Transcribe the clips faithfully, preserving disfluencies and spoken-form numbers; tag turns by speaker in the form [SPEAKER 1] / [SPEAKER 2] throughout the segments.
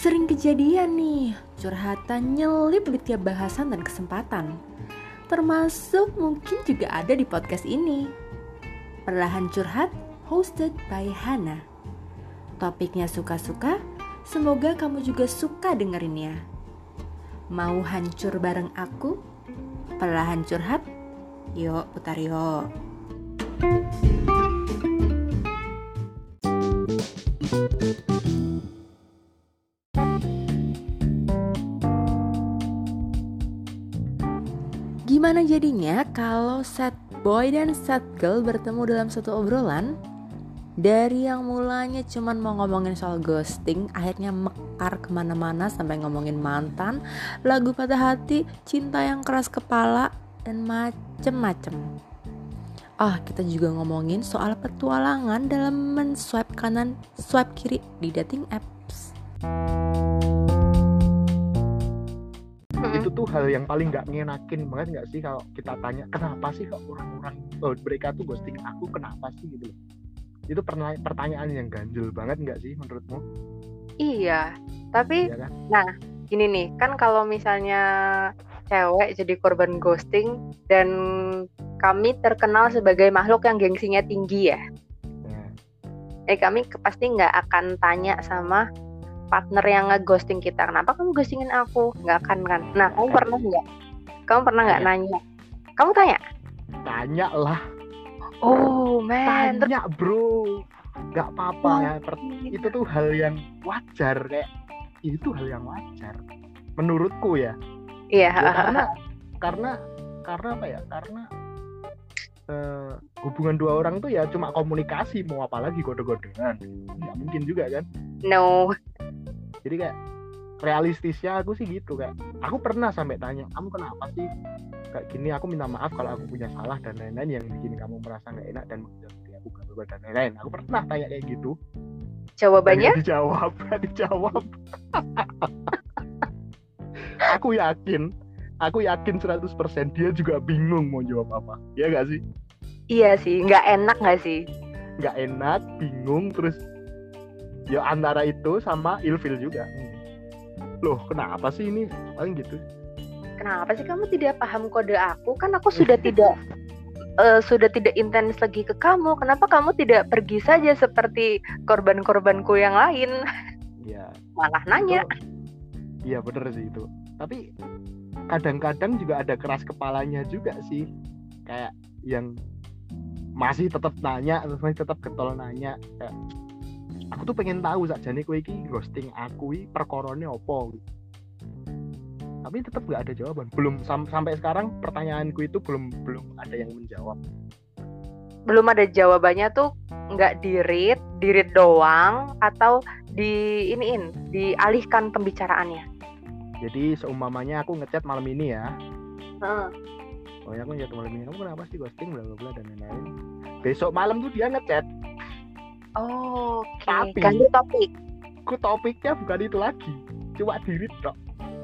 [SPEAKER 1] Sering kejadian nih, curhatan nyelip di tiap bahasan dan kesempatan. Termasuk mungkin juga ada di podcast ini. Perlahan Curhat, hosted by Hana. Topiknya suka-suka, semoga kamu juga suka dengerinnya. Mau hancur bareng aku? Perlahan Curhat, yuk putar yuk. Gimana jadinya kalau sad boy dan sad girl bertemu dalam satu obrolan? Dari yang mulanya cuman mau ngomongin soal ghosting, akhirnya mekar kemana-mana sampai ngomongin mantan, lagu patah hati, cinta yang keras kepala, dan macem-macem. Oh, kita juga ngomongin soal petualangan dalam men-swipe kanan, swipe kiri di dating apps.
[SPEAKER 2] Itu tuh hal yang paling gak ngenakin banget gak sih kalau kita tanya kenapa sih kok orang-orang oh, mereka tuh ghosting aku, kenapa sih gitu loh. Itu pertanyaan yang ganjel banget gak sih menurutmu?
[SPEAKER 3] Iya, tapi
[SPEAKER 2] Iya kan?
[SPEAKER 3] Nah gini nih, kan kalau misalnya cewek jadi korban ghosting dan kami terkenal sebagai makhluk yang gengsinya tinggi ya,
[SPEAKER 2] Nah,
[SPEAKER 3] eh kami pasti nggak akan tanya sama partner yang nge-ghosting kita, kenapa kamu ghostingin aku? Nggak akan kan? Nah, kamu pernah nggak? Kamu pernah nggak nanya? Kamu tanya?
[SPEAKER 2] Tanya lah.
[SPEAKER 3] Oh man,
[SPEAKER 2] Tanya bro, gak apa-apa
[SPEAKER 3] Oh,
[SPEAKER 2] ya. Per- itu tuh hal yang wajar, kayak itu hal yang wajar menurutku ya.
[SPEAKER 3] iya.
[SPEAKER 2] Ya, karena karena karena apa ya? Karena eh, hubungan dua orang tuh ya cuma komunikasi, mau apa lagi kode-kodean? Nggak mungkin juga kan?
[SPEAKER 3] No.
[SPEAKER 2] Jadi kayak realistisnya aku sih gitu, kayak aku pernah sampai tanya, kamu kenapa sih kayak gini, aku minta maaf kalau aku punya salah dan lain-lain yang bikin kamu merasa nggak enak dan menjadi aku gak dan lain-lain. Aku pernah tanya kayak gitu.
[SPEAKER 3] Jawabannya?
[SPEAKER 2] Dan dijawab, dijawab. Aku yakin, aku yakin seratus persen dia juga bingung mau jawab apa. Ya nggak sih?
[SPEAKER 3] Iya sih, nggak enak nggak sih?
[SPEAKER 2] Nggak enak, bingung, terus ya antara itu sama ilfil juga. Loh, kenapa sih ini? Paling gitu.
[SPEAKER 3] Kenapa sih kamu tidak paham kode aku? Kan aku sudah tidak uh, sudah tidak intens lagi ke kamu. Kenapa kamu tidak pergi saja seperti korban-korbanku yang lain?
[SPEAKER 2] Iya.
[SPEAKER 3] Malah nanya.
[SPEAKER 2] Iya bener sih itu. Tapi kadang-kadang juga ada keras kepalanya juga sih. Kayak yang masih tetap nanya, terus masih tetap getol nanya. Kayak, aku tuh pengen tahu sakjane kowe iki ghosting aku iki perkorone opo. Tapi tetap nggak ada jawaban. Belum sam- sampai sekarang pertanyaanku itu belum belum ada yang menjawab.
[SPEAKER 3] Belum ada jawabannya tuh, nggak di-read, di-read doang, atau di iniin, dialihkan pembicaraannya.
[SPEAKER 2] Jadi seumpamanya aku ngechat malam ini ya.
[SPEAKER 3] Heeh.
[SPEAKER 2] Oh ya, aku ngechat malam ini, kamu kenapa sih ghosting bla bla bla dan lain-lain. Besok malam tuh dia ngechat.
[SPEAKER 3] Oh, oke.
[SPEAKER 2] Tapi-
[SPEAKER 3] Ganti topik.
[SPEAKER 2] Ku topiknya bukan itu lagi. Cuma di-read dok.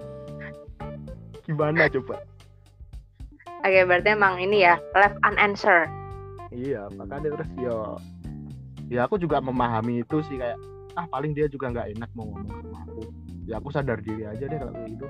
[SPEAKER 2] Gimana coba?
[SPEAKER 3] Oke, berarti emang ini ya, left unanswered.
[SPEAKER 2] Iya, makanya terus yo, ya aku juga memahami itu sih, kayak ah paling dia juga nggak enak mau ngomong sama aku. Ya aku sadar diri aja deh kalau gitu.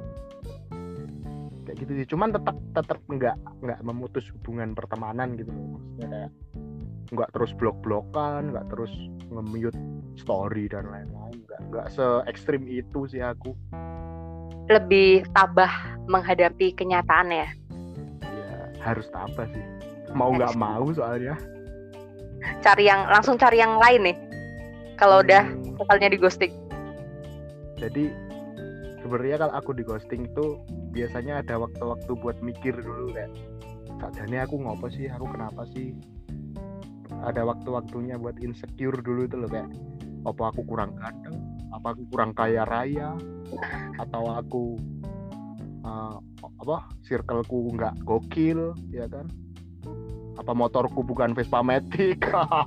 [SPEAKER 2] Kayak gitu sih. Cuman tetap tetap nggak nggak memutus hubungan pertemanan gitu loh. Maksudnya kayak nggak terus blok-blokan, nggak terus nge-mute story dan lain-lain. Nggak nggak se ekstrim itu sih aku.
[SPEAKER 3] Lebih tabah menghadapi kenyataan ya.
[SPEAKER 2] Ya harus tabah sih. Mau nggak mau soalnya.
[SPEAKER 3] Cari yang langsung cari yang lain nih. Kalau udah
[SPEAKER 2] Hmm.
[SPEAKER 3] totalnya di ghosting.
[SPEAKER 2] Jadi sebenarnya kalau aku di ghosting itu biasanya ada waktu-waktu buat mikir dulu, kayak sakjane aku ngopo sih, aku kenapa sih. Ada waktu-waktunya buat insecure dulu itu loh, kayak apa aku kurang ganteng, apa aku kurang kaya raya, atau aku uh, apa circleku nggak gokil, ya kan? Apa motorku bukan Vespa Matic.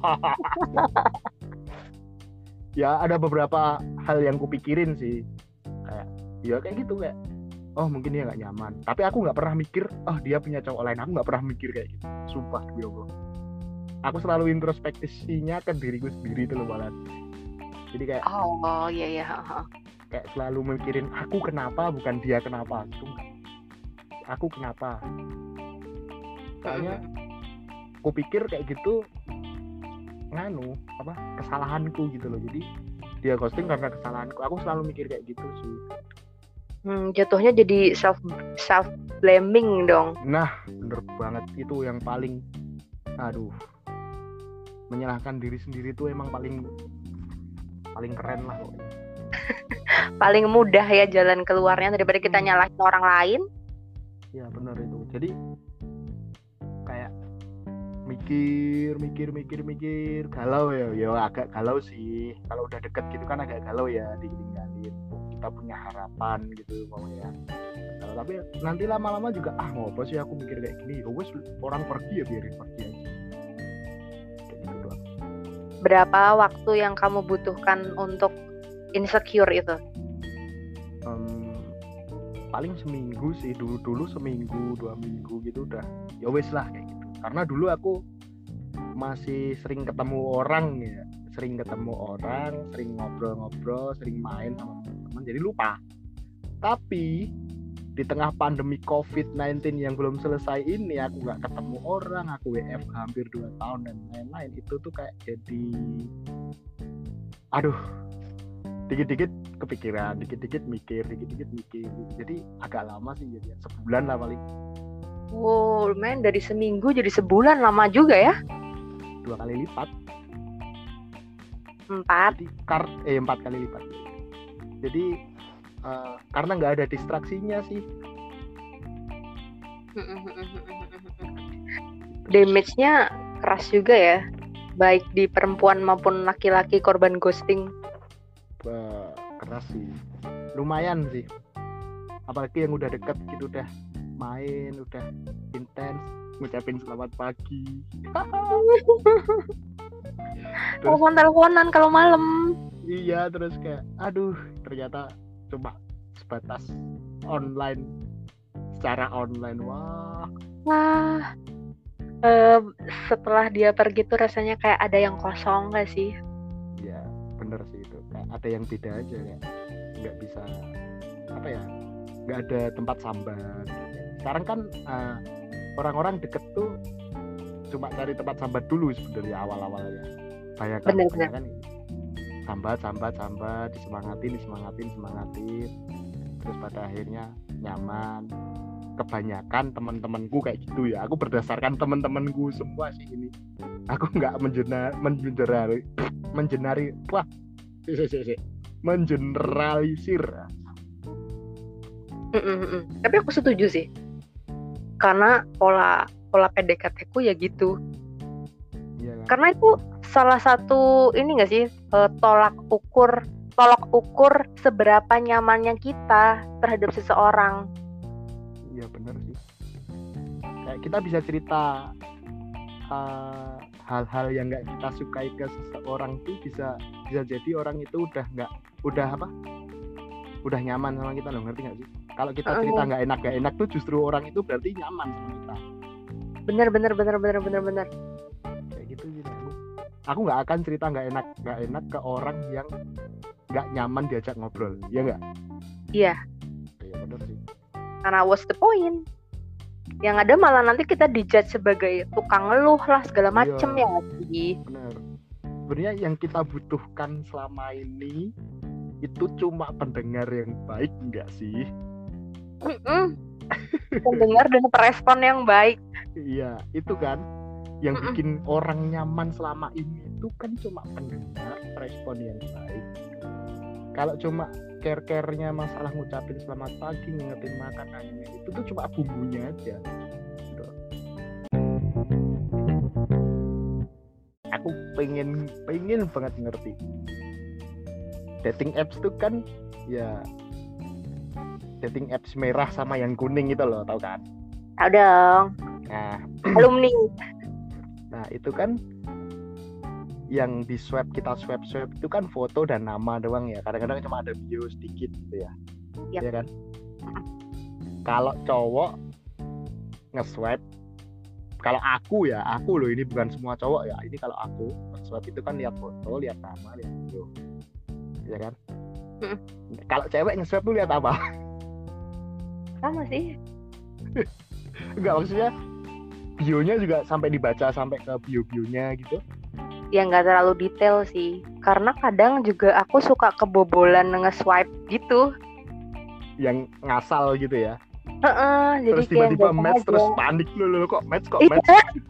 [SPEAKER 2] Ya ada beberapa hal yang kupikirin sih, kayak ya kayak gitu, kayak oh mungkin dia nggak nyaman, tapi aku nggak pernah mikir oh dia punya cowok lain. Aku nggak pernah mikir kayak gitu, sumpah demi Allah. Aku selalu introspeksinya ke diriku sendiri itu loh malah. Jadi kayak
[SPEAKER 3] Oh iya iya.
[SPEAKER 2] kayak selalu mikirin aku kenapa bukan dia kenapa itu enggak. Aku kenapa, soalnya aku pikir kayak gitu nganu apa kesalahanku gitu loh, jadi dia ghosting karena kesalahanku. Aku selalu mikir kayak gitu sih.
[SPEAKER 3] Hmm, jatuhnya jadi self self blaming dong.
[SPEAKER 2] Nah bener banget, itu yang paling aduh, menyalahkan diri sendiri tuh emang paling paling keren lah pokoknya.
[SPEAKER 3] Paling mudah ya jalan keluarnya daripada kita nyalahin orang lain.
[SPEAKER 2] Ya bener itu, jadi kayak mikir mikir mikir mikir galau ya, ya agak galau sih. Kalau udah deket gitu kan agak galau ya, ditinggalin. Kita punya harapan gitu mau ya. Nah, tapi nanti lama-lama juga ah mau apa sih aku mikir kayak gini. Ya wes orang pergi ya biarin pergi aja. Kayak gitu doang.
[SPEAKER 3] Berapa waktu yang kamu butuhkan untuk insecure itu?
[SPEAKER 2] Um, paling seminggu sih, dulu dulu seminggu dua minggu gitu udah. Ya wes lah kayak gitu. Karena dulu aku masih sering ketemu orang ya, sering ketemu orang, sering ngobrol-ngobrol, sering main sama teman-teman, jadi lupa. Tapi di tengah pandemi covid sembilan belas yang belum selesai ini, aku nggak ketemu orang, aku W F hampir dua tahun dan lain-lain, itu tuh kayak jadi aduh, dikit-dikit kepikiran, dikit-dikit mikir, dikit-dikit mikir, jadi agak lama sih, jadi sebulan lah paling.
[SPEAKER 3] Wow, lumayan dari seminggu jadi sebulan, lama juga ya?
[SPEAKER 2] Dua kali lipat.
[SPEAKER 3] Empat.
[SPEAKER 2] Jadi, kar eh empat kali lipat. Jadi uh, karena nggak ada distraksinya sih.
[SPEAKER 3] Damage-nya keras juga ya, baik di perempuan maupun laki-laki korban ghosting.
[SPEAKER 2] Bah, keras sih. Lumayan sih. Apalagi yang udah deket gitu, udah main, udah intens, ngucapin selamat pagi.
[SPEAKER 3] Telepon-teleponan kalau malam.
[SPEAKER 2] Iya, terus kayak aduh, ternyata cuma sebatas online, secara online. Wah.
[SPEAKER 3] Wah. Uh, setelah dia pergi tuh rasanya kayak ada yang kosong gak sih?
[SPEAKER 2] Iya, bener sih itu. Kayak ada yang beda aja ya. Nggak bisa apa ya? Nggak ada tempat sambat. Sekarang kan uh, orang-orang deket tuh cuma cari tempat sambat dulu sebenarnya awal-awalnya. Bayangkan, bayangkan sambat, sambat, sambat, disemangatin, disemangatin, disemangatin. Terus pada akhirnya nyaman. Kebanyakan teman-temanku kayak gitu ya. Aku berdasarkan teman-temanku semua sih ini. Aku nggak menjenar, menjenari, menjenari, wah, si, si, si, si. mengeneralisir.
[SPEAKER 3] Mm-mm. Tapi aku setuju sih, karena pola pola P D K T ku ya gitu.
[SPEAKER 2] Ya, kan?
[SPEAKER 3] Karena itu salah satu ini nggak sih, tolak ukur tolak ukur seberapa nyamannya kita terhadap seseorang.
[SPEAKER 2] Iya benar sih. Kayak kita bisa cerita uh, hal-hal yang nggak kita sukai ke seseorang tuh bisa bisa jadi orang itu udah nggak udah apa udah nyaman sama kita loh, ngerti nggak sih? Kalau kita cerita nggak enak nggak enak tuh justru orang itu berarti nyaman sama kita.
[SPEAKER 3] Bener bener bener bener bener bener.
[SPEAKER 2] Kayak gitu gitu. Aku nggak akan cerita nggak enak nggak enak ke orang yang nggak nyaman diajak ngobrol, ya nggak?
[SPEAKER 3] Iya.
[SPEAKER 2] Iya bener sih.
[SPEAKER 3] Karena what's the point? Yang ada malah nanti kita dijudge sebagai tukang ngeluh lah segala macem. Iya. Ya sih.
[SPEAKER 2] Bener. Sebenarnya yang kita butuhkan selama ini itu cuma pendengar yang baik, enggak sih?
[SPEAKER 3] Pendengar dan respon yang baik.
[SPEAKER 2] Iya, itu kan yang Mm-mm. bikin orang nyaman selama ini itu kan cuma pendengar, respon yang baik. Kalau cuma care-care-nya masalah ngucapin selamat pagi, ngingetin makanannya, itu tuh cuma bumbunya aja. Gitu. Aku pengen pengen banget ngerti. Dating apps tuh kan ya dating apps merah sama yang kuning itu loh, tau kan?
[SPEAKER 3] Tahu dong.
[SPEAKER 2] Nah,
[SPEAKER 3] alumni.
[SPEAKER 2] Nah, itu kan yang di swipe kita swipe swipe itu kan foto dan nama doang ya. Kadang-kadang cuma ada bio sedikit gitu ya. Yep. Ya kan? Kalau cowok nge-swipe, kalau aku ya, aku loh ini bukan semua cowok ya. Ini kalau aku nge-swipe itu kan lihat foto, lihat nama, lihat bio. Ya kan?
[SPEAKER 3] Mm.
[SPEAKER 2] Kalau cewek nge-swipe tuh lihat apa?
[SPEAKER 3] Sama sih.
[SPEAKER 2] Enggak, maksudnya bionya juga sampai dibaca sampai ke bio-bionya gitu.
[SPEAKER 3] Ya nggak terlalu detail sih, karena kadang juga aku suka kebobolan nge-swipe gitu.
[SPEAKER 2] Yang ngasal gitu ya.
[SPEAKER 3] Heeh, jadi
[SPEAKER 2] Terus
[SPEAKER 3] kayak
[SPEAKER 2] tiba-tiba
[SPEAKER 3] nggak
[SPEAKER 2] match
[SPEAKER 3] sengaja.
[SPEAKER 2] terus panik lu lu kok match kok
[SPEAKER 3] Iya.
[SPEAKER 2] match.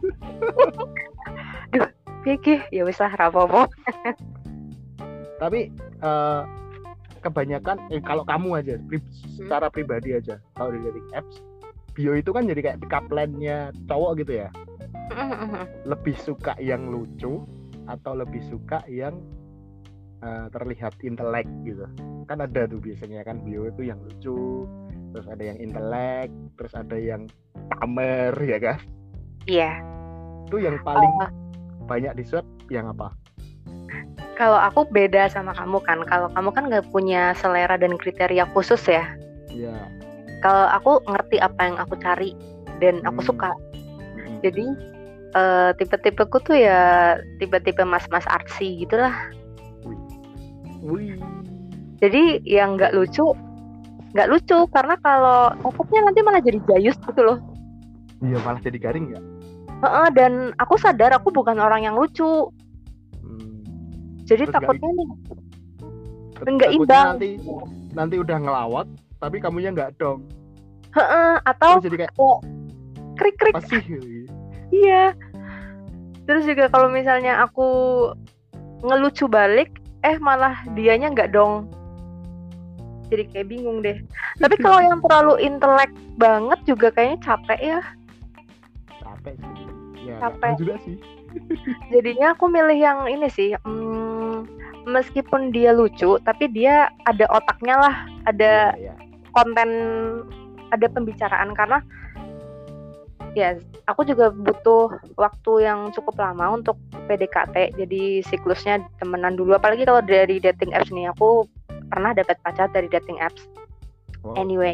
[SPEAKER 3] Duh, pikir ya wis lah rapopo.
[SPEAKER 2] Tapi eh, kebanyakan eh, kalau kamu aja pri- secara pribadi aja kalau di dating apps bio itu kan jadi kayak pick up line-nya cowok gitu ya. Lebih suka yang lucu atau lebih suka yang uh, terlihat intelek gitu. Kan ada tuh biasanya kan bio itu yang lucu, terus ada yang intelek, terus ada yang pamer ya kan.
[SPEAKER 3] Iya.
[SPEAKER 2] Itu yang paling
[SPEAKER 3] Uh,
[SPEAKER 2] banyak di-swipe yang apa?
[SPEAKER 3] Kalau aku beda sama kamu kan. Kalau kamu kan nggak punya selera dan kriteria khusus ya.
[SPEAKER 2] Iya.
[SPEAKER 3] Kalau aku ngerti apa yang aku cari dan aku
[SPEAKER 2] Hmm.
[SPEAKER 3] suka.
[SPEAKER 2] Hmm.
[SPEAKER 3] Jadi uh, tipe-tipeku tuh ya tipe-tipe mas-mas artsy gitulah.
[SPEAKER 2] Wih.
[SPEAKER 3] Jadi yang nggak lucu, nggak lucu karena kalau takutnya nanti malah jadi jayus gitu loh.
[SPEAKER 2] Iya, malah jadi garing ya.
[SPEAKER 3] Heeh, dan aku sadar aku bukan orang yang lucu.
[SPEAKER 2] Hmm.
[SPEAKER 3] Jadi
[SPEAKER 2] Terus
[SPEAKER 3] takutnya nih
[SPEAKER 2] Ter-
[SPEAKER 3] nggak
[SPEAKER 2] takutnya
[SPEAKER 3] imbang.
[SPEAKER 2] nanti nanti udah ngelawat tapi kamunya nggak dong.
[SPEAKER 3] Heeh, atau
[SPEAKER 2] Terus jadi kayak
[SPEAKER 3] oh, krik-krik.
[SPEAKER 2] apa sih?
[SPEAKER 3] Iya. Terus juga kalau misalnya aku ngelucu balik, eh malah dianya nggak dong. Jadi kayak bingung deh. Tapi kalau yang terlalu intelek banget juga kayaknya capek ya.
[SPEAKER 2] Capek sih. Ya,
[SPEAKER 3] Capek.
[SPEAKER 2] nggak juga sih.
[SPEAKER 3] Jadinya aku milih yang ini sih. Hmm, meskipun dia lucu, tapi dia ada otaknya lah, ada
[SPEAKER 2] Iya, iya.
[SPEAKER 3] konten, ada pembicaraan karena ya aku juga butuh waktu yang cukup lama untuk P D K T. Jadi siklusnya temenan dulu. Apalagi kalau dari dating apps nih, aku pernah dapat pacar dari dating apps.
[SPEAKER 2] Wow.
[SPEAKER 3] Anyway,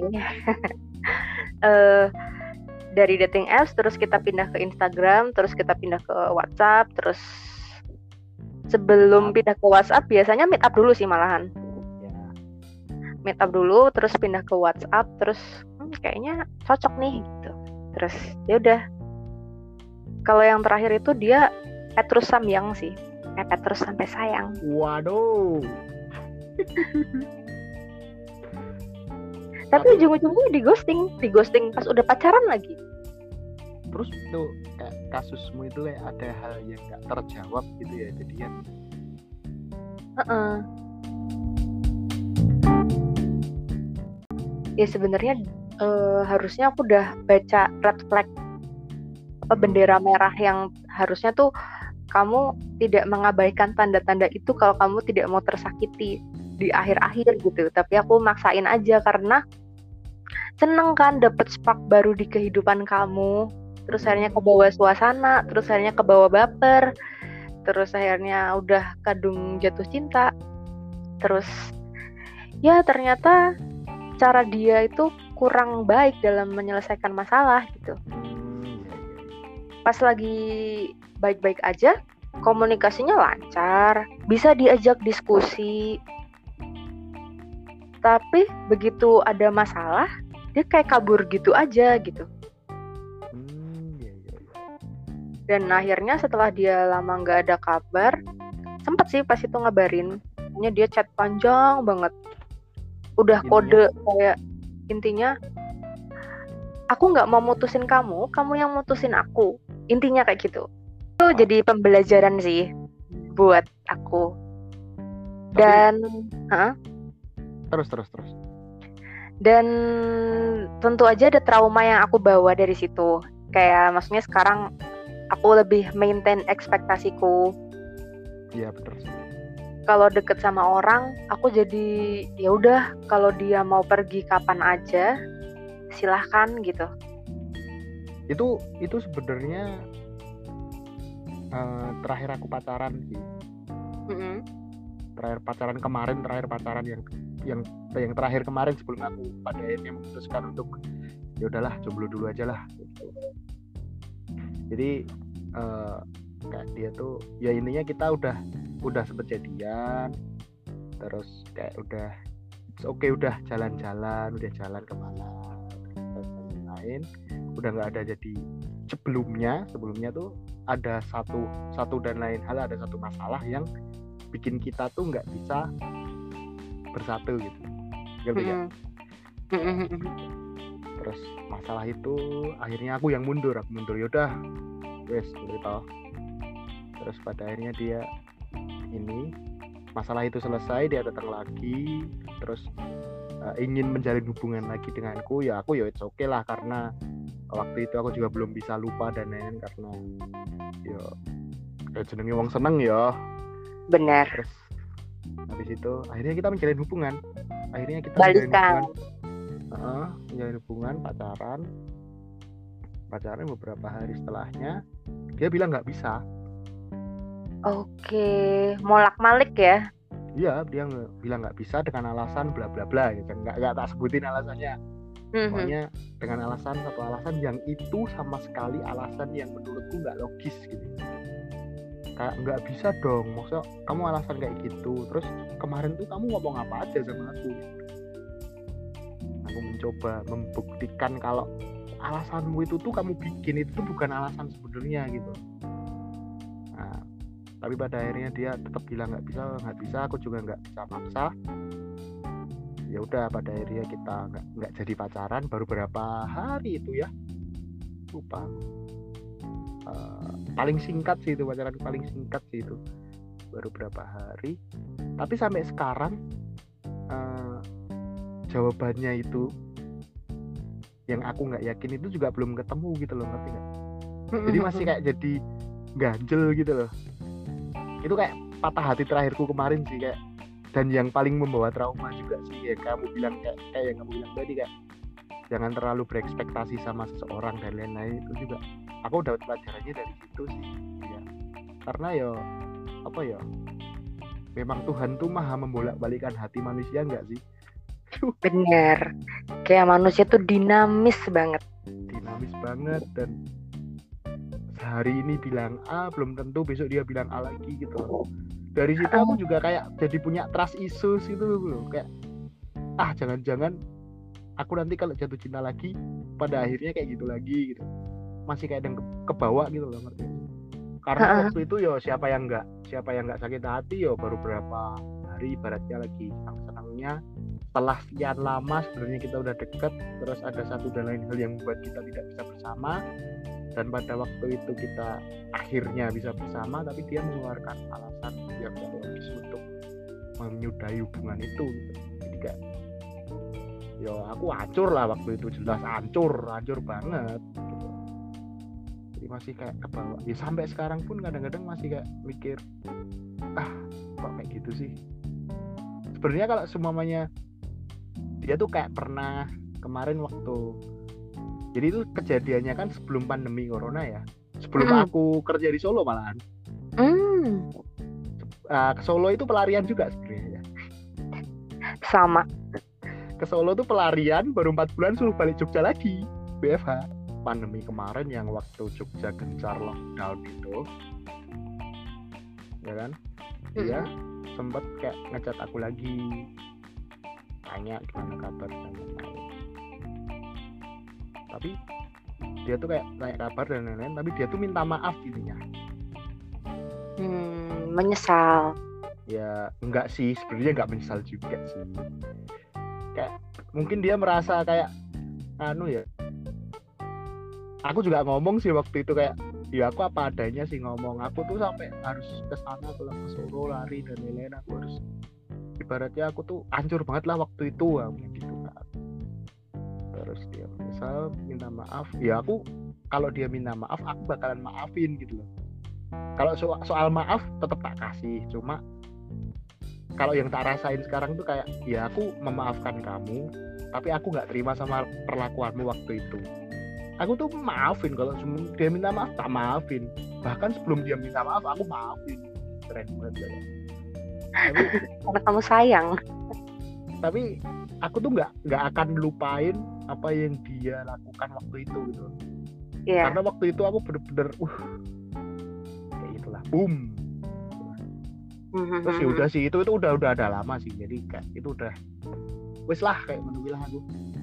[SPEAKER 3] uh, dari dating apps terus kita pindah ke Instagram, terus kita pindah ke WhatsApp, terus sebelum pindah ke WhatsApp biasanya meet up dulu sih malahan.
[SPEAKER 2] Ya.
[SPEAKER 3] Meet up dulu, terus pindah ke WhatsApp, terus hmm, kayaknya cocok nih gitu. Terus ya udah. Kalau yang terakhir itu dia Petrus Samyang sih, eh Petrus sampai sayang.
[SPEAKER 2] Waduh.
[SPEAKER 3] Tapi ujung-ujungnya di ghosting, di ghosting pas udah pacaran lagi.
[SPEAKER 2] Terus tuh kayak kasusmu itu kayak ada hal yang nggak terjawab gitu ya jadian.
[SPEAKER 3] Uh-uh. Ya sebenarnya uh, harusnya aku udah baca red flag apa bendera merah yang harusnya tuh kamu tidak mengabaikan tanda-tanda itu kalau kamu tidak mau tersakiti di akhir-akhir gitu. Tapi aku maksain aja karena seneng kan dapet spark baru di kehidupan kamu. Terus akhirnya kebawa suasana, terus akhirnya kebawa baper, terus akhirnya udah kadung jatuh cinta. Terus ya ternyata cara dia itu kurang baik dalam menyelesaikan masalah gitu. Pas lagi baik-baik aja, komunikasinya lancar, bisa diajak diskusi. Tapi begitu ada masalah, dia kayak kabur gitu aja gitu. Dan akhirnya setelah dia lama nggak ada kabar, sempat sih pas itu ngabarin, intinya dia chat panjang banget, udah kode kayak intinya aku nggak mau mutusin kamu, kamu yang mutusin aku, intinya kayak gitu. Itu jadi pembelajaran sih buat aku. Dan, huh?
[SPEAKER 2] terus terus terus.
[SPEAKER 3] Dan tentu aja ada trauma yang aku bawa dari situ. Kayak maksudnya sekarang aku lebih maintain ekspektasiku.
[SPEAKER 2] Iya betul sih.
[SPEAKER 3] Kalau deket sama orang, aku jadi ya udah kalau dia mau pergi kapan aja, silahkan gitu.
[SPEAKER 2] Itu itu sebenarnya uh, terakhir aku pacaran sih. Mm-hmm. Terakhir pacaran kemarin, terakhir pacaran yang yang yang terakhir kemarin sebelum aku pada akhirnya memutuskan untuk ya udahlah jomblo dulu aja lah. Gitu. Jadi uh, kayak dia tuh ya intinya kita udah udah sempet jadian, terus kayak udah oke okay, udah jalan-jalan udah jalan kemana dan lain-lain udah nggak ada. Jadi sebelumnya sebelumnya tuh ada satu satu dan lain hal, ada satu masalah yang bikin kita tuh nggak bisa bersatu gitu, ngerti nggak? Terus masalah itu akhirnya aku yang mundur aku mundur yaudah wes gitu. Terus pada akhirnya dia ini masalah itu selesai, dia datang lagi terus uh, ingin menjalin hubungan lagi denganku. Ya aku ya it's okay lah, karena waktu itu aku juga belum bisa lupa dan lain-lain, karena ya kayak jenenge wong seneng ya.
[SPEAKER 3] Benar.
[SPEAKER 2] Terus habis itu akhirnya kita menjalin hubungan akhirnya kita
[SPEAKER 3] Balikan.
[SPEAKER 2] menjalin hubungan uh, menjalin hubungan pacaran pacaran beberapa hari setelahnya dia bilang nggak bisa.
[SPEAKER 3] Oke, molak-malik ya.
[SPEAKER 2] Iya, dia nge- bilang nggak bisa dengan alasan bla bla bla gitu. Nggak nggak tak sebutin alasannya. Pokoknya dengan alasan satu alasan yang itu sama sekali alasan yang menurutku nggak logis gitu. Kayak nggak bisa dong, maksudnya kamu alasan kayak gitu. Terus kemarin tuh kamu ngomong apa aja sama aku? Aku mencoba membuktikan kalau alasanmu itu tuh kamu bikin itu tuh bukan alasan sebenarnya gitu. Nah, tapi pada akhirnya dia tetap bilang nggak bisa nggak bisa aku juga nggak bisa maksa. Ya udah pada akhirnya kita nggak nggak jadi pacaran baru berapa hari itu ya, lupa. Uh, paling singkat sih itu, pacaran paling singkat sih itu baru berapa hari. Tapi sampai sekarang uh, jawabannya itu yang aku nggak yakin itu juga belum ketemu gitu loh, ngerti nggak? Jadi masih kayak jadi ganjel gitu loh. Itu kayak patah hati terakhirku kemarin sih, kayak, dan yang paling membawa trauma juga sih ya kamu bilang kayak kayak yang kamu bilang tadi, kayak jangan terlalu berekspektasi sama seseorang dan lain-lain. Itu juga aku dapat pelajarannya dari situ sih ya. Karena ya apa ya, memang Tuhan tuh maha membolak-balikan hati manusia, enggak sih?
[SPEAKER 3] Bener, kayak manusia tuh dinamis banget.
[SPEAKER 2] Dinamis banget, dan sehari ini bilang A belum tentu besok dia bilang A lagi gitu. Dari situ aku juga kayak jadi punya trust issues gitu loh, kayak ah jangan-jangan aku nanti kalau jatuh cinta lagi pada akhirnya kayak gitu lagi gitu, masih kayak yang ke- kebawa gitu loh, ngerti? Karena waktu itu yo siapa yang nggak siapa yang nggak sakit hati yo, baru berapa hari ibaratnya lagi senang-senangnya setelah sekian lama sebenarnya kita udah deket, terus ada satu dan lain hal yang membuat kita tidak bisa bersama, dan pada waktu itu kita akhirnya bisa bersama, tapi dia mengeluarkan alasan yang tidak logis untuk menyudahi hubungan itu gitu. Jadi kayak yo aku hancur lah waktu itu, jelas hancur hancur banget gitu. Jadi masih kayak kebawa ya, sampai sekarang pun kadang-kadang masih kayak mikir ah kok kayak gitu sih. Sebenarnya kalau semuanya dia tuh kayak pernah kemarin waktu, jadi itu kejadiannya kan sebelum pandemi corona ya, sebelum
[SPEAKER 3] Mm.
[SPEAKER 2] aku kerja di Solo malahan.
[SPEAKER 3] Hmm,
[SPEAKER 2] Uh, ke Solo itu pelarian juga sebenarnya ya.
[SPEAKER 3] sama.
[SPEAKER 2] Ke Solo tuh pelarian, baru empat bulan suruh balik Jogja lagi B F H. Pandemi kemarin yang waktu Jogja gencar lockdown itu ya kan, dia
[SPEAKER 3] Mm.
[SPEAKER 2] sempet kayak ngechat aku lagi, tanya gimana kabar dan lain-lain. Tapi dia tuh kayak tanya kabar dan lain-lain, tapi dia tuh minta maaf intinya.
[SPEAKER 3] Hmm, menyesal.
[SPEAKER 2] Ya enggak sih, sebenarnya enggak menyesal juga sih. Kayak mungkin dia merasa kayak anu ya. Aku juga ngomong sih waktu itu kayak ya aku apa adanya sih ngomong. Aku tuh sampai harus ke sana ke Solo lari dan lain-lain. Aku harus, ibaratnya aku tuh hancur banget lah waktu itu gitu kan. Terus dia menyesal, minta maaf. Ya aku kalau dia minta maaf aku bakalan maafin gitu loh. Kalau so- soal maaf tetap tak kasih, cuma kalau yang tak rasain sekarang tuh kayak ya aku memaafkan kamu, tapi aku nggak terima sama perlakuanmu waktu itu. Aku tuh maafin, kalau dia minta maaf tak maafin, bahkan sebelum dia minta maaf aku maafin. Keren banget ya. Tapi,
[SPEAKER 3] Karena kamu sayang.
[SPEAKER 2] tapi aku tuh nggak nggak akan lupain apa yang dia lakukan waktu itu gitu.
[SPEAKER 3] Iya.
[SPEAKER 2] Karena waktu itu aku bener-bener uh kayak itulah, boom. Terus ya udah sih, itu itu udah udah ada lama sih, jadi kayak itu udah wes lah kayak menunggu lah aku.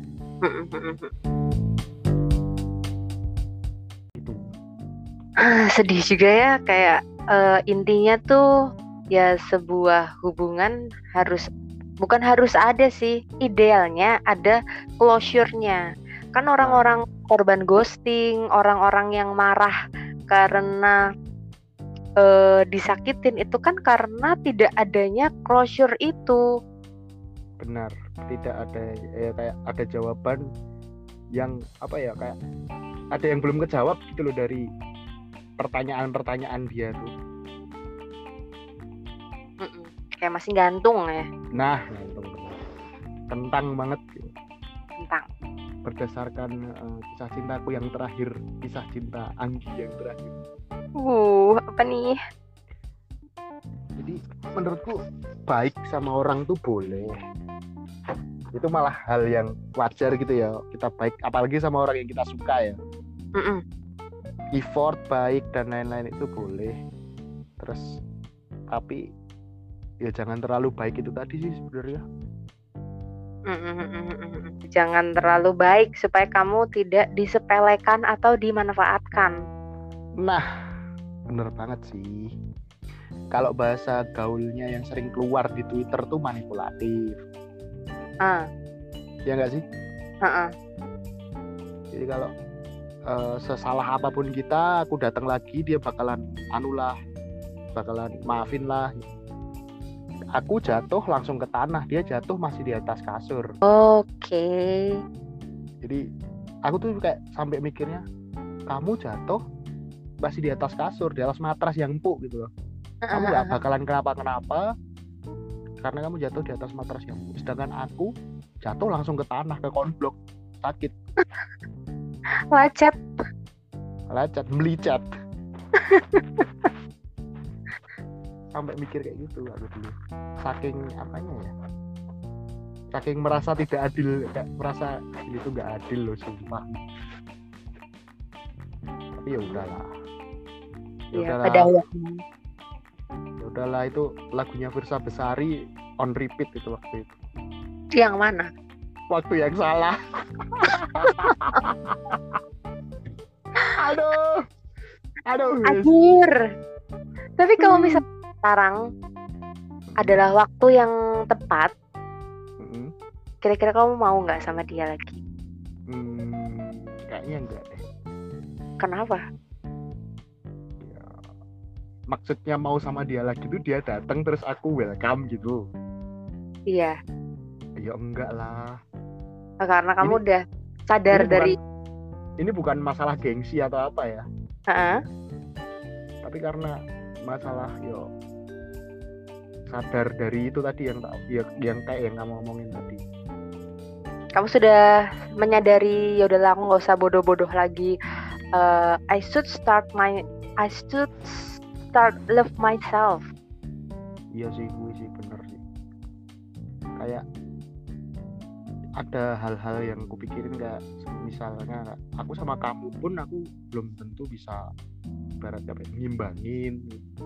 [SPEAKER 2] Itu
[SPEAKER 3] sedih juga ya, kayak uh, intinya tuh ya sebuah hubungan harus, bukan harus ada sih, idealnya ada closure-nya. Kan orang-orang korban ghosting, orang-orang yang marah karena uh, disakitin itu kan karena tidak adanya closure itu.
[SPEAKER 2] Benar, tidak ada ya, kayak ada jawaban yang apa ya, kayak ada yang belum kejawab gitu loh dari pertanyaan-pertanyaan dia tuh.
[SPEAKER 3] Mm-mm. Kayak masih gantung ya.
[SPEAKER 2] Nah, gantung tentang banget gitu.
[SPEAKER 3] Tentang
[SPEAKER 2] Berdasarkan uh, kisah cintaku yang terakhir, kisah cinta Anggi yang terakhir.
[SPEAKER 3] Uh, apa nih?
[SPEAKER 2] Jadi menurutku baik sama orang tuh boleh. Itu malah hal yang wajar gitu ya. Kita baik apalagi sama orang yang kita suka ya.
[SPEAKER 3] Mm-mm.
[SPEAKER 2] Effort baik dan lain-lain itu boleh. Terus tapi ya jangan terlalu baik itu tadi sih sebenarnya.
[SPEAKER 3] Jangan terlalu baik supaya kamu tidak disepelekan atau dimanfaatkan.
[SPEAKER 2] Nah, bener banget sih. Kalau bahasa gaulnya yang sering keluar di Twitter tuh manipulatif.
[SPEAKER 3] Ah.
[SPEAKER 2] Ya nggak sih?
[SPEAKER 3] Uh-uh.
[SPEAKER 2] Jadi kalau uh, sesalah apapun kita, aku datang lagi dia bakalan anulah, bakalan maafin lah. Aku jatuh langsung ke tanah, dia jatuh masih di atas kasur.
[SPEAKER 3] Oke. Okay.
[SPEAKER 2] Jadi aku tuh kayak sampai mikirnya, kamu jatuh masih di atas kasur, di atas matras yang empuk gitu loh. Kamu nggak bakalan kenapa-kenapa karena kamu jatuh di atas matras yang empuk. Sedangkan aku jatuh langsung ke tanah, ke konblok, sakit.
[SPEAKER 3] Lecet.
[SPEAKER 2] Lecet, melicat. Sampai mikir kayak gitu aku dulu. Saking apanya ya? Saking merasa tidak adil, kayak merasa ini tuh nggak adil loh, sumpah. Tapi ya udahlah. Ya udahlah.
[SPEAKER 3] Pada awalnya.
[SPEAKER 2] Ya udahlah, itu lagunya Firsa Besari on repeat itu waktu itu.
[SPEAKER 3] Yang mana?
[SPEAKER 2] Waktu yang salah. Aduh. Aduh.
[SPEAKER 3] Akhir. Tapi kalau misalnya sekarang adalah waktu yang tepat,
[SPEAKER 2] hmm.
[SPEAKER 3] kira-kira kamu mau nggak sama dia lagi?
[SPEAKER 2] Hmm, kayaknya enggak deh.
[SPEAKER 3] Kenapa?
[SPEAKER 2] Ya, maksudnya mau sama dia lagi tuh dia datang terus aku welcome gitu.
[SPEAKER 3] Iya.
[SPEAKER 2] Ya enggak lah.
[SPEAKER 3] Karena kamu
[SPEAKER 2] ini,
[SPEAKER 3] udah sadar
[SPEAKER 2] ini
[SPEAKER 3] dari.
[SPEAKER 2] Bukan, ini bukan masalah gengsi atau apa ya.
[SPEAKER 3] Uh-uh.
[SPEAKER 2] Tapi karena masalah yo sadar dari itu tadi yang ya, yang kayak yang kamu ngomongin tadi.
[SPEAKER 3] Kamu sudah menyadari, ya udahlah aku nggak usah bodoh-bodoh lagi. Uh, I should start my, I should start love myself.
[SPEAKER 2] Iya sih, gue sih bener sih. Kayak ada hal-hal yang kupikirin kayak misalnya aku sama kamu pun aku belum tentu bisa ibaratnya ngimbangin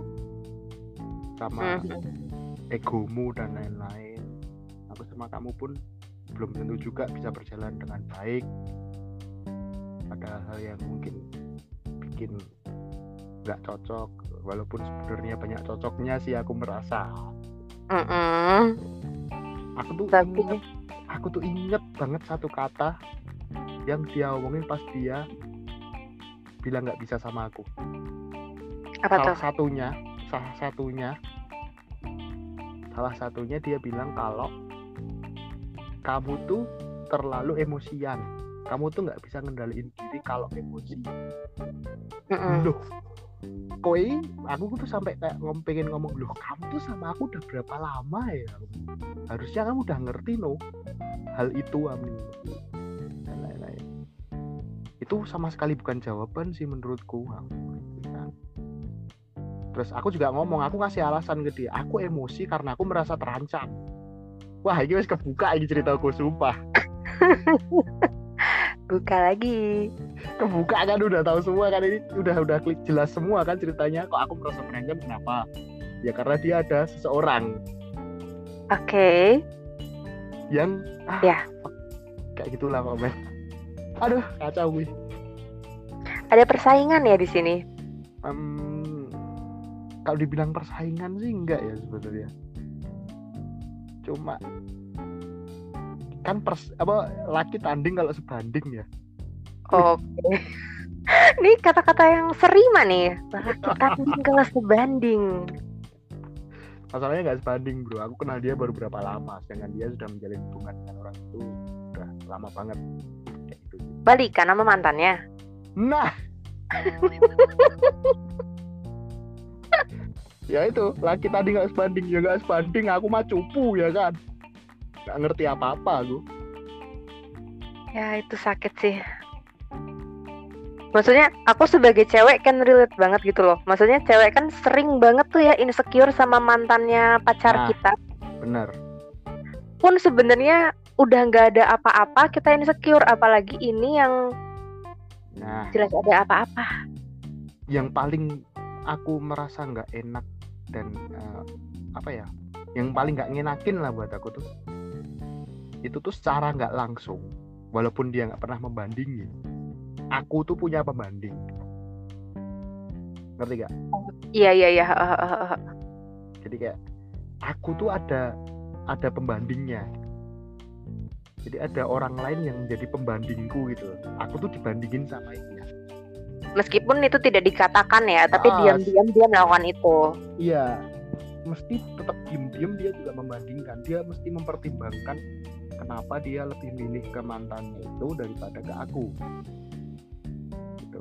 [SPEAKER 2] sama mm-hmm. egomu dan lain-lain. Aku sama kamu pun belum tentu juga bisa berjalan dengan baik. Ada hal yang mungkin bikin nggak cocok, walaupun sebenarnya banyak cocoknya sih aku merasa.
[SPEAKER 3] Mm-mm.
[SPEAKER 2] Aku tuh
[SPEAKER 3] Tapi...
[SPEAKER 2] inget, aku tuh inget banget satu kata yang dia omongin pas dia bilang nggak bisa sama aku.
[SPEAKER 3] Apa
[SPEAKER 2] salah
[SPEAKER 3] tuh?
[SPEAKER 2] satunya, salah satunya, salah satunya dia bilang kalau kamu tuh terlalu emosian. Kamu tuh nggak bisa ngendaliin diri kalau emosi.
[SPEAKER 3] Mm-mm.
[SPEAKER 2] Loh, koi, aku tuh sampai kayak ngom, pengen ngomong, loh kamu tuh sama aku udah berapa lama ya? Harusnya kamu udah ngerti no hal itu, amin. Dan lain-lain. Itu sama sekali bukan jawaban sih menurutku. Terus aku juga ngomong, aku kasih alasan ke dia, aku emosi karena aku merasa terancam. Wah, ini wis kebuka ini ceritaku, sumpah.
[SPEAKER 3] Buka lagi.
[SPEAKER 2] Kebuka kan, udah tahu semua kan, ini udah udah klik jelas semua kan ceritanya. Kok aku merasa terancam kenapa? Ya karena dia ada seseorang
[SPEAKER 3] Oke.
[SPEAKER 2] yang ah,
[SPEAKER 3] Ya.
[SPEAKER 2] kayak gitulah Pak Men. Aduh, kacau wih.
[SPEAKER 3] Ada persaingan ya di sini.
[SPEAKER 2] Um, kalau dibilang persaingan sih enggak ya sebenarnya. Cuma kan pers apa laki tanding kalau sebanding ya.
[SPEAKER 3] Oke. Ini kata-kata yang serima nih. Laki tanding kalau sebanding.
[SPEAKER 2] Masalahnya nggak sebanding bro. Aku kenal dia baru berapa lama, sedangkan dia sudah menjalin hubungan dengan orang itu udah lama banget. Kayak gitu.
[SPEAKER 3] Balikan sama mantannya.
[SPEAKER 2] Nah, ya itu laki tadi nggak sebanding ya nggak sebanding. Aku mah cupu ya kan. Nggak ngerti apa-apa aku.
[SPEAKER 3] Ya itu sakit sih. Maksudnya aku sebagai cewek kan relate banget gitu loh. Maksudnya cewek kan sering banget tuh ya insecure sama mantannya pacar
[SPEAKER 2] Nah,
[SPEAKER 3] kita.
[SPEAKER 2] Bener.
[SPEAKER 3] Pun sebenarnya udah nggak ada apa-apa kita insecure, apalagi ini yang
[SPEAKER 2] Nah,
[SPEAKER 3] jelas ada apa-apa.
[SPEAKER 2] yang paling aku merasa nggak enak dan uh, apa ya, yang paling nggak ngenakin lah buat aku tuh, itu tuh secara nggak langsung, walaupun dia nggak pernah membandingin, aku tuh punya pembanding. Ngerti gak?
[SPEAKER 3] Iya iya iya.
[SPEAKER 2] Jadi kayak aku tuh ada ada pembandingnya. Jadi ada orang lain yang menjadi pembandingku gitu. Aku tuh dibandingin sama dia.
[SPEAKER 3] Meskipun itu tidak dikatakan ya, tapi
[SPEAKER 2] Ah,
[SPEAKER 3] diam-diam dia melakukan itu.
[SPEAKER 2] Iya, mesti tetap diam-diam dia juga membandingkan. Dia mesti mempertimbangkan kenapa dia lebih milih ke mantannya itu daripada ke aku. Gitu.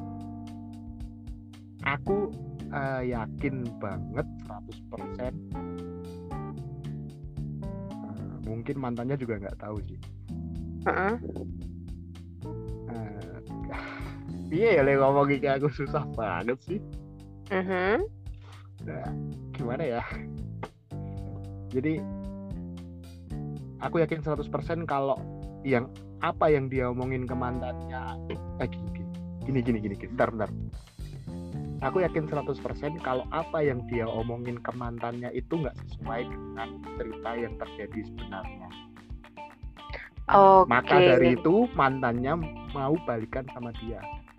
[SPEAKER 2] Aku uh, yakin banget seratus persen uh, mungkin mantannya juga nggak tahu sih.
[SPEAKER 3] Uh-uh.
[SPEAKER 2] Uh, iya ya le ngomong kayak aku susah banget sih.
[SPEAKER 3] Uh-huh.
[SPEAKER 2] Nah, gimana ya? Jadi aku yakin seratus persen kalau yang apa yang dia omongin ke mantannya eh, gini, gini gini gini gini bentar bentar. Aku yakin seratus persen kalau apa yang dia omongin ke mantannya itu nggak sesuai dengan cerita yang terjadi sebenarnya.
[SPEAKER 3] Oke.
[SPEAKER 2] Maka dari itu mantannya mau balikan sama dia.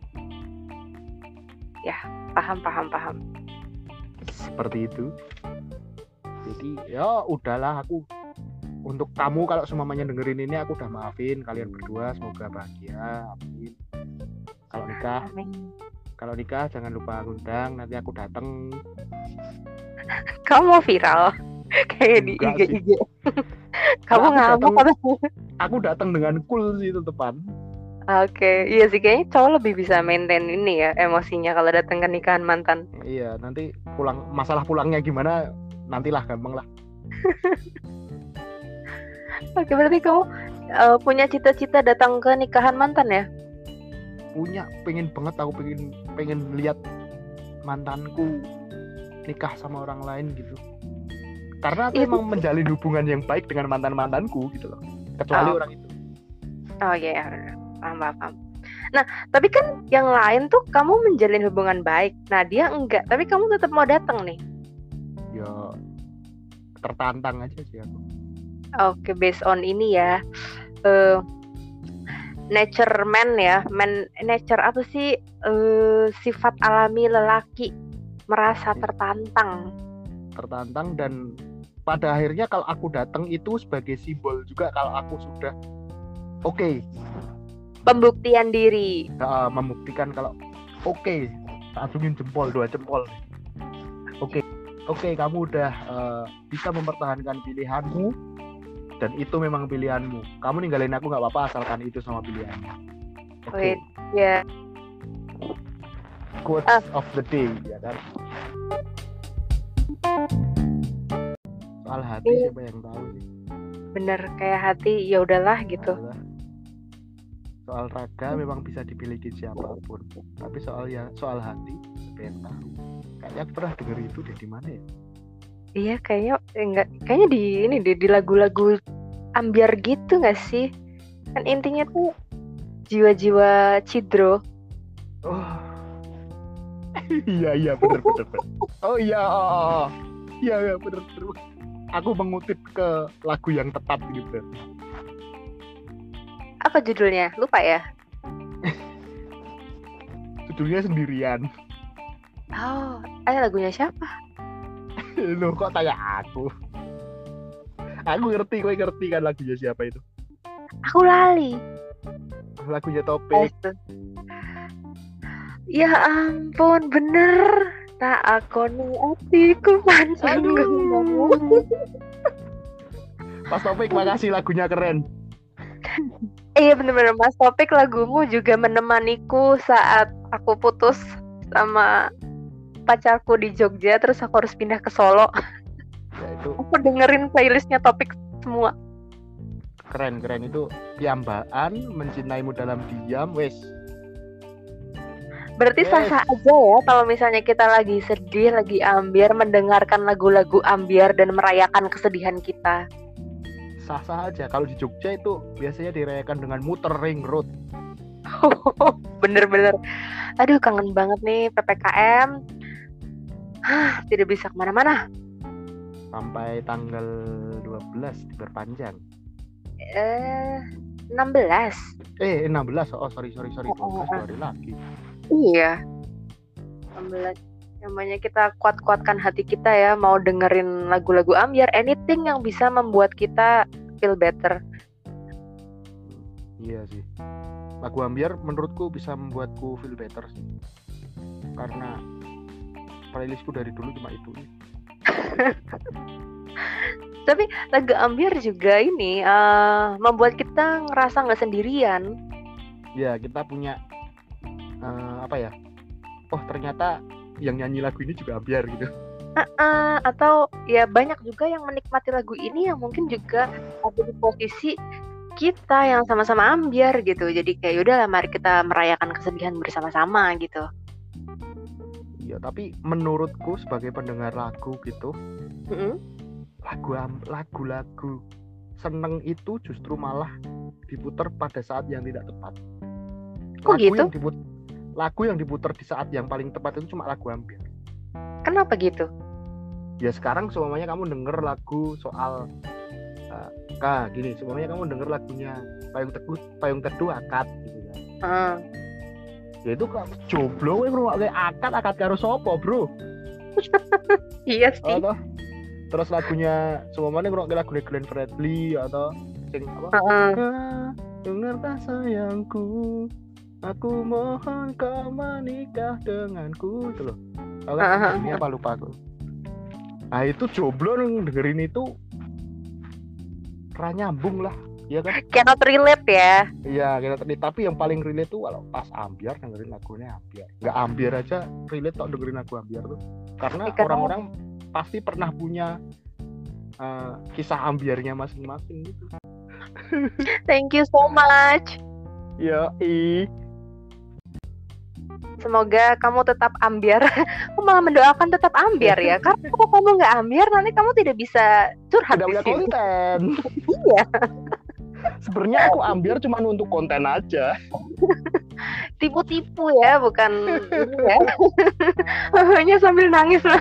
[SPEAKER 3] Ya, paham paham paham.
[SPEAKER 2] Seperti itu. Jadi ya udahlah, aku untuk kamu kalau semuanya dengerin ini aku udah maafin kalian berdua, semoga bahagia. Amin. Kalau nikah,
[SPEAKER 3] Amin.
[SPEAKER 2] kalau nikah jangan lupa undang, nanti aku dateng.
[SPEAKER 3] Kamu mau viral kayak di I
[SPEAKER 2] Enggak
[SPEAKER 3] G
[SPEAKER 2] sih.
[SPEAKER 3] I G. Kamu
[SPEAKER 2] Aku
[SPEAKER 3] ngamuk
[SPEAKER 2] dateng,
[SPEAKER 3] apa?
[SPEAKER 2] aku datang dengan cool sih tetepan.
[SPEAKER 3] Oke, iya sih kayaknya cowok lebih bisa maintain ini ya emosinya kalau datang ke nikahan mantan.
[SPEAKER 2] Iya, nanti pulang masalah pulangnya gimana nantilah, gampang lah.
[SPEAKER 3] Oke, berarti kamu uh, punya cita-cita datang ke nikahan mantan ya?
[SPEAKER 2] Punya, pengen banget aku pengen pengen lihat mantanku nikah sama orang lain gitu. Karena aku
[SPEAKER 3] Itu-
[SPEAKER 2] emang menjalin hubungan yang baik dengan mantan-mantanku gitu loh. Kecuali
[SPEAKER 3] Oh.
[SPEAKER 2] orang itu.
[SPEAKER 3] Oh iya, yeah. paham paham. Nah, tapi kan yang lain tuh kamu menjalin hubungan baik. Nah, dia enggak, tapi kamu tetap mau datang nih.
[SPEAKER 2] Ya tertantang aja sih aku.
[SPEAKER 3] Oke, based on ini ya. Uh, nature man ya. Man nature apa sih? Uh, sifat alami lelaki merasa tertantang.
[SPEAKER 2] Tertantang, dan pada akhirnya kalau aku datang itu sebagai simbol juga kalau aku sudah oke, okay,
[SPEAKER 3] Pembuktian diri.
[SPEAKER 2] uh, membuktikan kalau oke, okay, acungin jempol, dua jempol. Oke, okay, oke, okay, kamu udah uh, bisa mempertahankan pilihanmu dan itu memang pilihanmu. Kamu ninggalin aku nggak apa-apa asalkan itu sama pilihanmu. Oke. Okay.
[SPEAKER 3] Wait, ya.
[SPEAKER 2] Quotes
[SPEAKER 3] Ah.
[SPEAKER 2] of the day, ya kan? Soal hati
[SPEAKER 3] Iya.
[SPEAKER 2] siapa yang tahu sih?
[SPEAKER 3] Bener kayak hati ya udahlah gitu.
[SPEAKER 2] Alah. Soal raga memang bisa dimiliki siapapun, tapi soal ya soal hati siapa yang tahu? Kayaknya aku pernah denger itu deh, di mana ya?
[SPEAKER 3] Iya kayaknya enggak, kayaknya di ini deh di lagu-lagu ambiar gitu nggak sih? Kan intinya tuh jiwa-jiwa cidro.
[SPEAKER 2] Oh. Iya iya benar benar benar. Oh iya, oh, oh, oh. Iya ya bener bener. Aku mengutip ke lagu yang tepat gitu.
[SPEAKER 3] Apa judulnya? Lupa ya?
[SPEAKER 2] Judulnya Sendirian.
[SPEAKER 3] Oh, eh lagunya siapa?
[SPEAKER 2] Loh kok tanya aku? Aku ngerti, kowe ngerti kan lagunya siapa itu?
[SPEAKER 3] Aku lali.
[SPEAKER 2] Lagunya Topik.
[SPEAKER 3] Ya ampun, bener. Tak akoni hatiku pancen ngomong.
[SPEAKER 2] Mas Topik, makasih lagunya keren.
[SPEAKER 3] Iya bener-bener Mas Topik, lagumu juga menemaniku saat aku putus sama pacarku di Jogja, terus aku harus pindah ke Solo.
[SPEAKER 2] Ya itu
[SPEAKER 3] Aku dengerin playlistnya Topik semua.
[SPEAKER 2] keren keren itu piambaan mencintaimu dalam diam wes.
[SPEAKER 3] Berarti
[SPEAKER 2] Yes.
[SPEAKER 3] sah-sah aja ya kalau misalnya kita lagi sedih, lagi ambiar, mendengarkan lagu-lagu ambiar dan merayakan kesedihan kita.
[SPEAKER 2] Sah-sah aja. Kalau di Jogja itu biasanya dirayakan dengan muter ring road.
[SPEAKER 3] Bener-bener. Aduh kangen banget nih P P K M. Hah, tidak bisa kemana-mana.
[SPEAKER 2] Sampai tanggal dua belas diperpanjang.
[SPEAKER 3] Eh, enam belas.
[SPEAKER 2] Eh enam belas. Oh sorry sorry sorry.
[SPEAKER 3] Oh,
[SPEAKER 2] dua belas dua hari lagi.
[SPEAKER 3] Iya. enam belas. Namanya kita kuat-kuatkan hati kita ya, mau dengerin lagu-lagu ambiar, anything yang bisa membuat kita feel better.
[SPEAKER 2] Iya sih. Lagu ambiar menurutku bisa membuatku feel better sih. Karena playlistku dari dulu cuma itu.
[SPEAKER 3] Tapi lagu ambiar juga ini uh, membuat kita ngerasa nggak sendirian.
[SPEAKER 2] Ya kita punya uh, apa ya? Oh ternyata yang nyanyi lagu ini juga ambiar gitu.
[SPEAKER 3] Uh, atau ya banyak juga yang menikmati lagu ini yang mungkin juga ada di posisi kita yang sama-sama ambiar gitu. Jadi kayak yaudah mari kita merayakan kesedihan bersama-sama gitu.
[SPEAKER 2] Iya, tapi menurutku sebagai pendengar lagu gitu,
[SPEAKER 3] Mm-hmm.
[SPEAKER 2] lagu lagu-lagu seneng itu justru malah diputar pada saat yang tidak tepat.
[SPEAKER 3] Kok
[SPEAKER 2] Lagu
[SPEAKER 3] gitu?
[SPEAKER 2] yang diput lagu yang diputar di saat yang paling tepat itu cuma lagu ambiar.
[SPEAKER 3] Kenapa gitu?
[SPEAKER 2] Ya sekarang semuanya kamu denger lagu soal uh, kah gini, semuanya kamu denger lagunya Payung Teduh, Payung Teduh akad gitu kan.
[SPEAKER 3] Uh.
[SPEAKER 2] Ya itu kok jomblo kowe ngrungokke akad akad karo sapa, Bro?
[SPEAKER 3] Iya sih.
[SPEAKER 2] Atau terus lagunya semuanya ngrungokke lagu Glenn Fredly atau sing apa?
[SPEAKER 3] Uh-uh.
[SPEAKER 2] Ah, dengarkah sayangku, aku mohon kau menikah denganku itu loh. Kalau
[SPEAKER 3] Uh-huh.
[SPEAKER 2] ini apa lupa aku. Nah itu jomblo dengerin itu ra nyambung lah, ya kan?
[SPEAKER 3] Cannot relate ya.
[SPEAKER 2] Iya, kita tadi tapi yang paling relate tuh kalau pas ambiar dengerin lagunya ambiar. Enggak ambiar aja relate tok dengerin lagu ambiar tuh. Karena
[SPEAKER 3] Karena-
[SPEAKER 2] orang-orang pasti pernah punya uh, kisah ambiarnya masing-masing gitu.
[SPEAKER 3] Thank you so much.
[SPEAKER 2] Ya, i.
[SPEAKER 3] Semoga kamu tetap ambiar. Aku malah mendoakan tetap ambiar ya. Karena kalau kamu nggak ambiar, nanti kamu tidak bisa curhat
[SPEAKER 2] Tidak
[SPEAKER 3] di
[SPEAKER 2] punya
[SPEAKER 3] sini.
[SPEAKER 2] konten.
[SPEAKER 3] Iya.
[SPEAKER 2] Sebenarnya aku ambiar cuma untuk konten aja.
[SPEAKER 3] Tipu-tipu ya, bukan ini ya. Hanya sambil nangis lah.